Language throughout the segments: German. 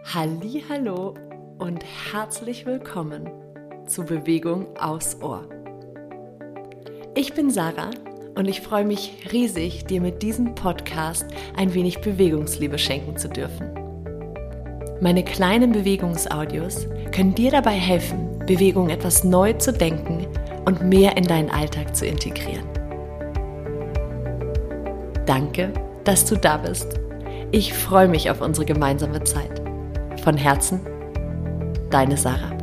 Hallihallo und herzlich willkommen zu Bewegung aufs Ohr. Ich bin Sarah und ich freue mich riesig, dir mit diesem Podcast ein wenig Bewegungsliebe schenken zu dürfen. Meine kleinen Bewegungsaudios können dir dabei helfen, Bewegung etwas neu zu denken und mehr in deinen Alltag zu integrieren. Danke, dass du da bist. Ich freue mich auf unsere gemeinsame Zeit. Von Herzen, deine Sarah.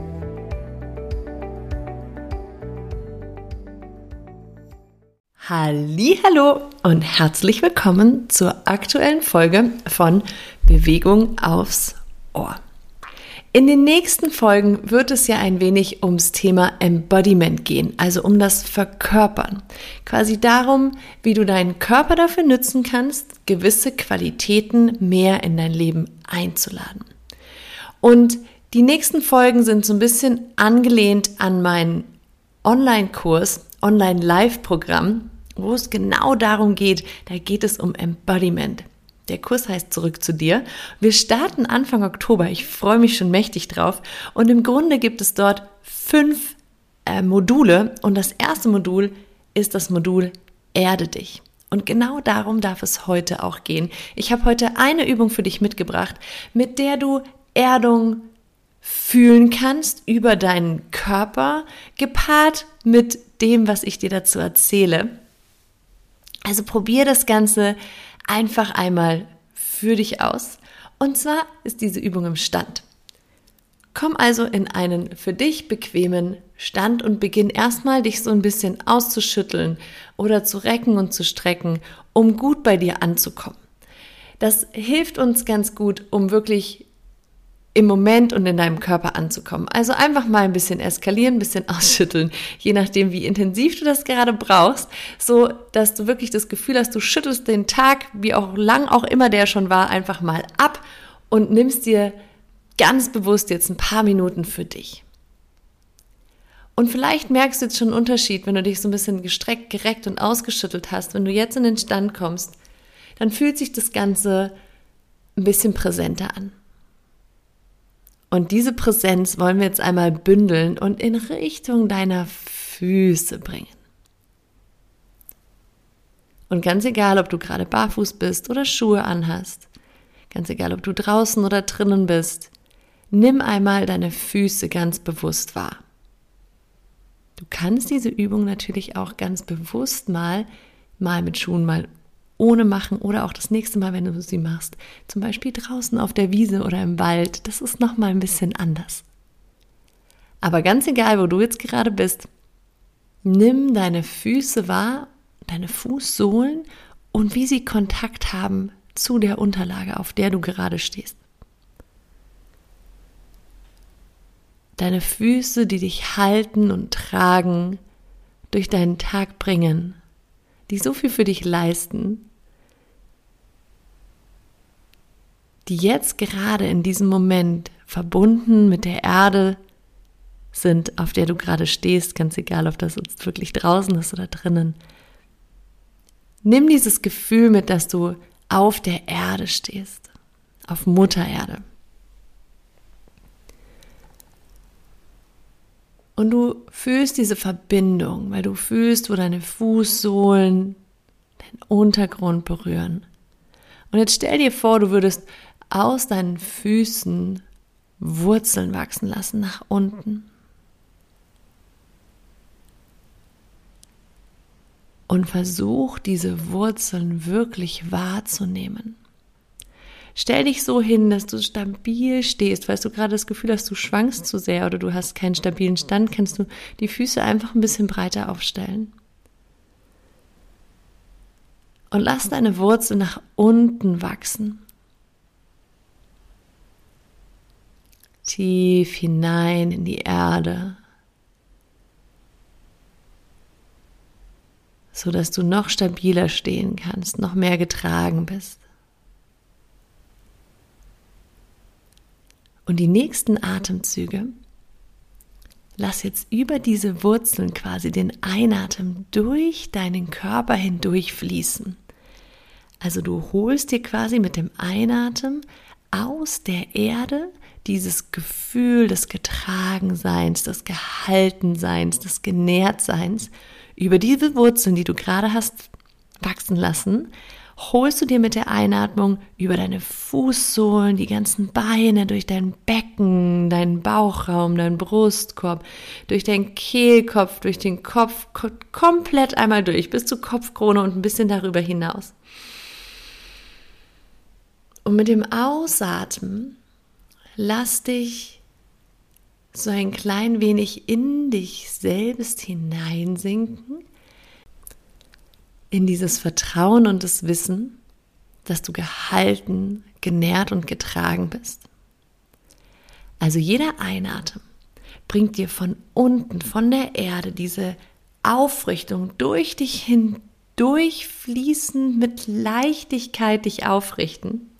Hallihallo und herzlich willkommen zur aktuellen Folge von Bewegung aufs Ohr. In den nächsten Folgen wird es ja ein wenig ums Thema Embodiment gehen, also um das Verkörpern. Quasi darum, wie du deinen Körper dafür nutzen kannst, gewisse Qualitäten mehr in dein Leben einzuladen. Und die nächsten Folgen sind so ein bisschen angelehnt an meinen Online-Kurs, Online-Live-Programm, wo es genau darum geht, da geht es um Embodiment. Der Kurs heißt Zurück zu dir. Wir starten Anfang Oktober. Ich freue mich schon mächtig drauf. Und im Grunde gibt es dort 5 Module. Und das erste Modul ist das Modul Erde dich. Und genau darum darf es heute auch gehen. Ich habe heute eine Übung für dich mitgebracht, mit der du Erdung fühlen kannst über deinen Körper, gepaart mit dem, was ich dir dazu erzähle. Also probier das Ganze einfach einmal für dich aus. Und zwar ist diese Übung im Stand. Komm also in einen für dich bequemen Stand und beginn erstmal, dich so ein bisschen auszuschütteln oder zu recken und zu strecken, um gut bei dir anzukommen. Das hilft uns ganz gut, um wirklich im Moment und in deinem Körper anzukommen. Also einfach mal ein bisschen eskalieren, ein bisschen ausschütteln, je nachdem, wie intensiv du das gerade brauchst, so dass du wirklich das Gefühl hast, du schüttelst den Tag, wie auch lang auch immer der schon war, einfach mal ab und nimmst dir ganz bewusst jetzt ein paar Minuten für dich. Und vielleicht merkst du jetzt schon einen Unterschied, wenn du dich so ein bisschen gestreckt, gereckt und ausgeschüttelt hast. Wenn du jetzt in den Stand kommst, dann fühlt sich das Ganze ein bisschen präsenter an. Und diese Präsenz wollen wir jetzt einmal bündeln und in Richtung deiner Füße bringen. Und ganz egal, ob du gerade barfuß bist oder Schuhe anhast, ganz egal, ob du draußen oder drinnen bist, nimm einmal deine Füße ganz bewusst wahr. Du kannst diese Übung natürlich auch ganz bewusst mal mit Schuhen, mal ohne machen oder auch das nächste Mal, wenn du sie machst, zum Beispiel draußen auf der Wiese oder im Wald, das ist nochmal ein bisschen anders. Aber ganz egal, wo du jetzt gerade bist, nimm deine Füße wahr, deine Fußsohlen und wie sie Kontakt haben zu der Unterlage, auf der du gerade stehst. Deine Füße, die dich halten und tragen, durch deinen Tag bringen, die so viel für dich leisten, die jetzt gerade in diesem Moment verbunden mit der Erde sind, auf der du gerade stehst, ganz egal, ob das jetzt wirklich draußen ist oder drinnen. Nimm dieses Gefühl mit, dass du auf der Erde stehst, auf Mutter Erde. Und du fühlst diese Verbindung, weil du fühlst, wo deine Fußsohlen den Untergrund berühren. Und jetzt stell dir vor, du würdest aus deinen Füßen Wurzeln wachsen lassen nach unten. Und versuch, diese Wurzeln wirklich wahrzunehmen. Stell dich so hin, dass du stabil stehst, falls du gerade das Gefühl hast, du schwankst zu sehr oder du hast keinen stabilen Stand, kannst du die Füße einfach ein bisschen breiter aufstellen. Und lass deine Wurzeln nach unten wachsen. Tief hinein in die Erde, so dass du noch stabiler stehen kannst, noch mehr getragen bist. Und die nächsten Atemzüge, lass jetzt über diese Wurzeln quasi den Einatmen durch deinen Körper hindurch fließen. Also du holst dir quasi mit dem Einatmen aus der Erde dieses Gefühl des Getragenseins, des Gehaltenseins, des Genährtseins über diese Wurzeln, die du gerade hast wachsen lassen, holst du dir mit der Einatmung über deine Fußsohlen, die ganzen Beine, durch dein Becken, deinen Bauchraum, deinen Brustkorb, durch deinen Kehlkopf, durch den Kopf, komplett einmal durch, bis zur Kopfkrone und ein bisschen darüber hinaus. Und mit dem Ausatmen lass dich so ein klein wenig in dich selbst hineinsinken, in dieses Vertrauen und das Wissen, dass du gehalten, genährt und getragen bist. Also jeder Einatmen bringt dir von unten, von der Erde, diese Aufrichtung durch dich hindurch fließend mit Leichtigkeit dich aufrichten.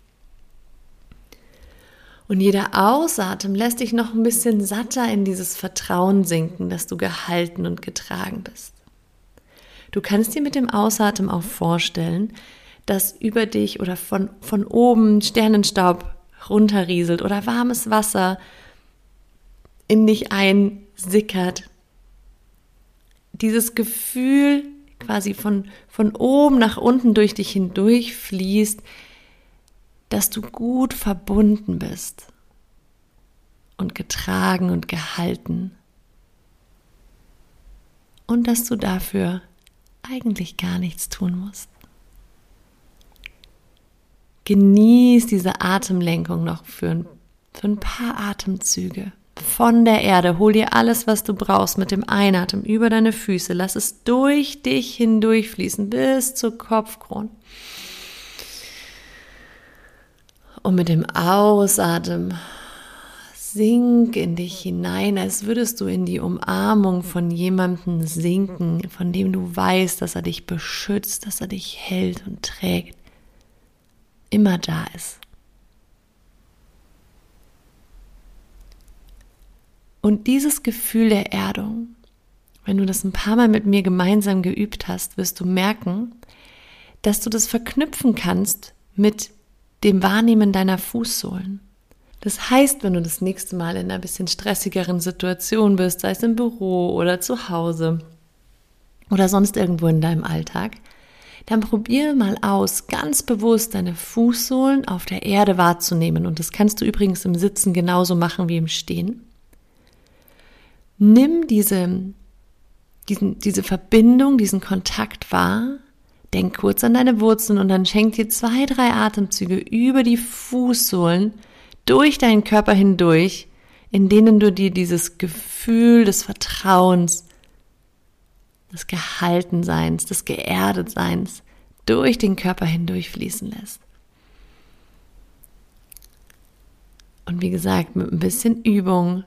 Und jeder Ausatmen lässt dich noch ein bisschen satter in dieses Vertrauen sinken, dass du gehalten und getragen bist. Du kannst dir mit dem Ausatmen auch vorstellen, dass über dich oder von oben Sternenstaub runterrieselt oder warmes Wasser in dich einsickert. Dieses Gefühl quasi von oben nach unten durch dich hindurch fließt, dass du gut verbunden bist und getragen und gehalten und dass du dafür eigentlich gar nichts tun musst. Genieß diese Atemlenkung noch für ein paar Atemzüge von der Erde. Hol dir alles, was du brauchst mit dem Einatmen über deine Füße. Lass es durch dich hindurchfließen bis zur Kopfkrone. Und mit dem Ausatmen sink in dich hinein, als würdest du in die Umarmung von jemandem sinken, von dem du weißt, dass er dich beschützt, dass er dich hält und trägt, immer da ist. Und dieses Gefühl der Erdung, wenn du das ein paar Mal mit mir gemeinsam geübt hast, wirst du merken, dass du das verknüpfen kannst mit dem Wahrnehmen deiner Fußsohlen. Das heißt, wenn du das nächste Mal in einer bisschen stressigeren Situation bist, sei es im Büro oder zu Hause oder sonst irgendwo in deinem Alltag, dann probiere mal aus, ganz bewusst deine Fußsohlen auf der Erde wahrzunehmen. Und das kannst du übrigens im Sitzen genauso machen wie im Stehen. Nimm diese Verbindung, diesen Kontakt wahr. Denk kurz an deine Wurzeln und dann schenk dir 2, 3 Atemzüge über die Fußsohlen durch deinen Körper hindurch, in denen du dir dieses Gefühl des Vertrauens, des Gehaltenseins, des Geerdetseins durch den Körper hindurch fließen lässt. Und wie gesagt, mit ein bisschen Übung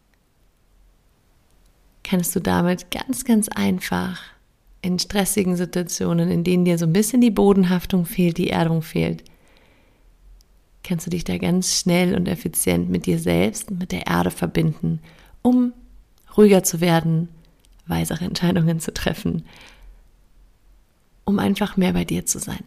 kannst du damit ganz, ganz einfach in stressigen Situationen, in denen dir so ein bisschen die Bodenhaftung fehlt, die Erdung fehlt, kannst du dich da ganz schnell und effizient mit dir selbst und mit der Erde verbinden, um ruhiger zu werden, weisere Entscheidungen zu treffen, um einfach mehr bei dir zu sein.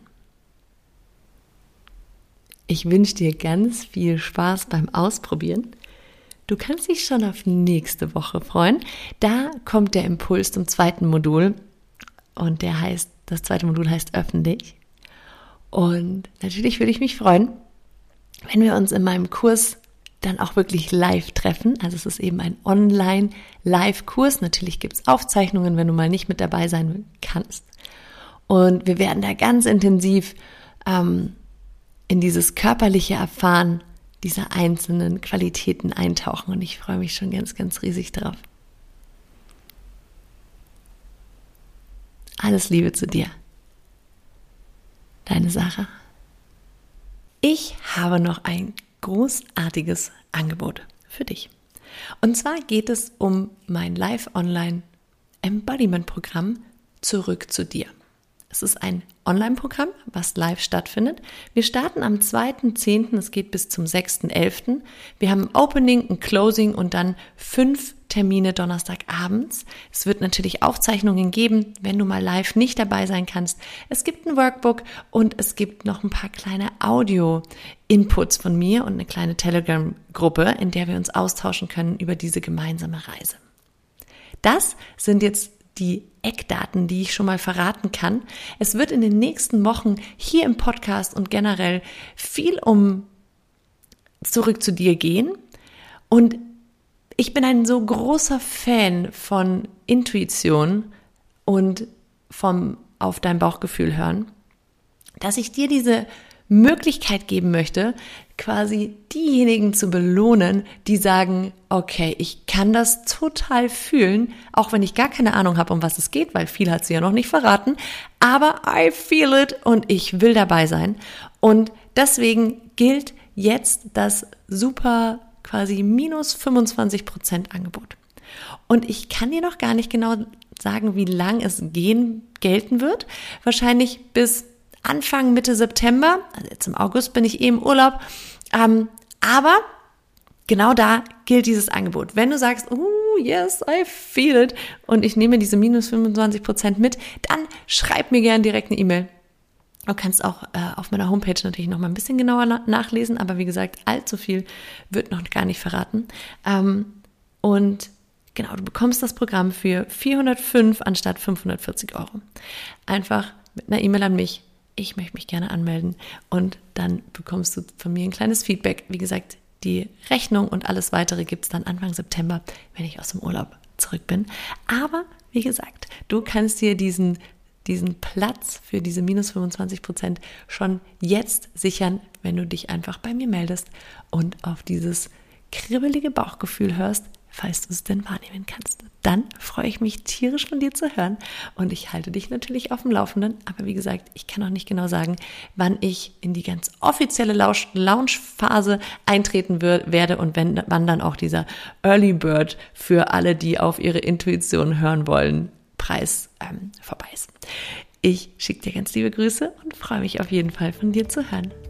Ich wünsche dir ganz viel Spaß beim Ausprobieren. Du kannst dich schon auf nächste Woche freuen. Da kommt der Impuls zum 2. Modul und das 2. Modul heißt Öffne dich. Und natürlich würde ich mich freuen, wenn wir uns in meinem Kurs dann auch wirklich live treffen. Also es ist eben ein Online-Live-Kurs. Natürlich gibt es Aufzeichnungen, wenn du mal nicht mit dabei sein kannst. Und wir werden da ganz intensiv in dieses körperliche Erfahren dieser einzelnen Qualitäten eintauchen. Und ich freue mich schon ganz, ganz riesig drauf. Alles Liebe zu dir. Deine Sarah. Ich habe noch ein großartiges Angebot für dich. Und zwar geht es um mein Live-Online-Embodiment-Programm Zurück zu dir. Es ist ein Online-Programm, was live stattfindet. Wir starten am 2.10., es geht bis zum 6.11. Wir haben ein Opening, ein Closing und dann 5 Termine Donnerstagabends. Es wird natürlich Aufzeichnungen geben, wenn du mal live nicht dabei sein kannst. Es gibt ein Workbook und es gibt noch ein paar kleine Audio-Inputs von mir und eine kleine Telegram-Gruppe, in der wir uns austauschen können über diese gemeinsame Reise. Das sind jetzt die Eckdaten, die ich schon mal verraten kann. Es wird in den nächsten Wochen hier im Podcast und generell viel um zurück zu dir gehen. Und ich bin ein so großer Fan von Intuition und vom auf dein Bauchgefühl hören, dass ich dir diese Möglichkeit geben möchte, quasi diejenigen zu belohnen, die sagen, okay, ich kann das total fühlen, auch wenn ich gar keine Ahnung habe, um was es geht, weil viel hat sie ja noch nicht verraten, aber I feel it und ich will dabei sein. Und deswegen gilt jetzt das super quasi minus 25% Angebot. Und ich kann dir noch gar nicht genau sagen, wie lang es gelten wird. Wahrscheinlich bis Anfang, Mitte September, also jetzt im August bin ich im Urlaub, aber genau da gilt dieses Angebot. Wenn du sagst, yes, I feel it und ich nehme diese minus 25% mit, dann schreib mir gerne direkt eine E-Mail. Du kannst auch auf meiner Homepage natürlich noch mal ein bisschen genauer nachlesen, aber wie gesagt, allzu viel wird noch gar nicht verraten. Und genau, du bekommst das Programm für 405 anstatt 540 €. Einfach mit einer E-Mail an mich. Ich möchte mich gerne anmelden und dann bekommst du von mir ein kleines Feedback. Wie gesagt, die Rechnung und alles weitere gibt es dann Anfang September, wenn ich aus dem Urlaub zurück bin. Aber wie gesagt, du kannst dir diesen Platz für diese minus 25% schon jetzt sichern, wenn du dich einfach bei mir meldest und auf dieses kribbelige Bauchgefühl hörst, falls du es denn wahrnehmen kannst. Dann freue ich mich tierisch von dir zu hören und ich halte dich natürlich auf dem Laufenden. Aber wie gesagt, ich kann auch nicht genau sagen, wann ich in die ganz offizielle Launch-Phase eintreten werde und wann dann auch dieser Early Bird für alle, die auf ihre Intuition hören wollen, Preis vorbei ist. Ich schicke dir ganz liebe Grüße und freue mich auf jeden Fall von dir zu hören.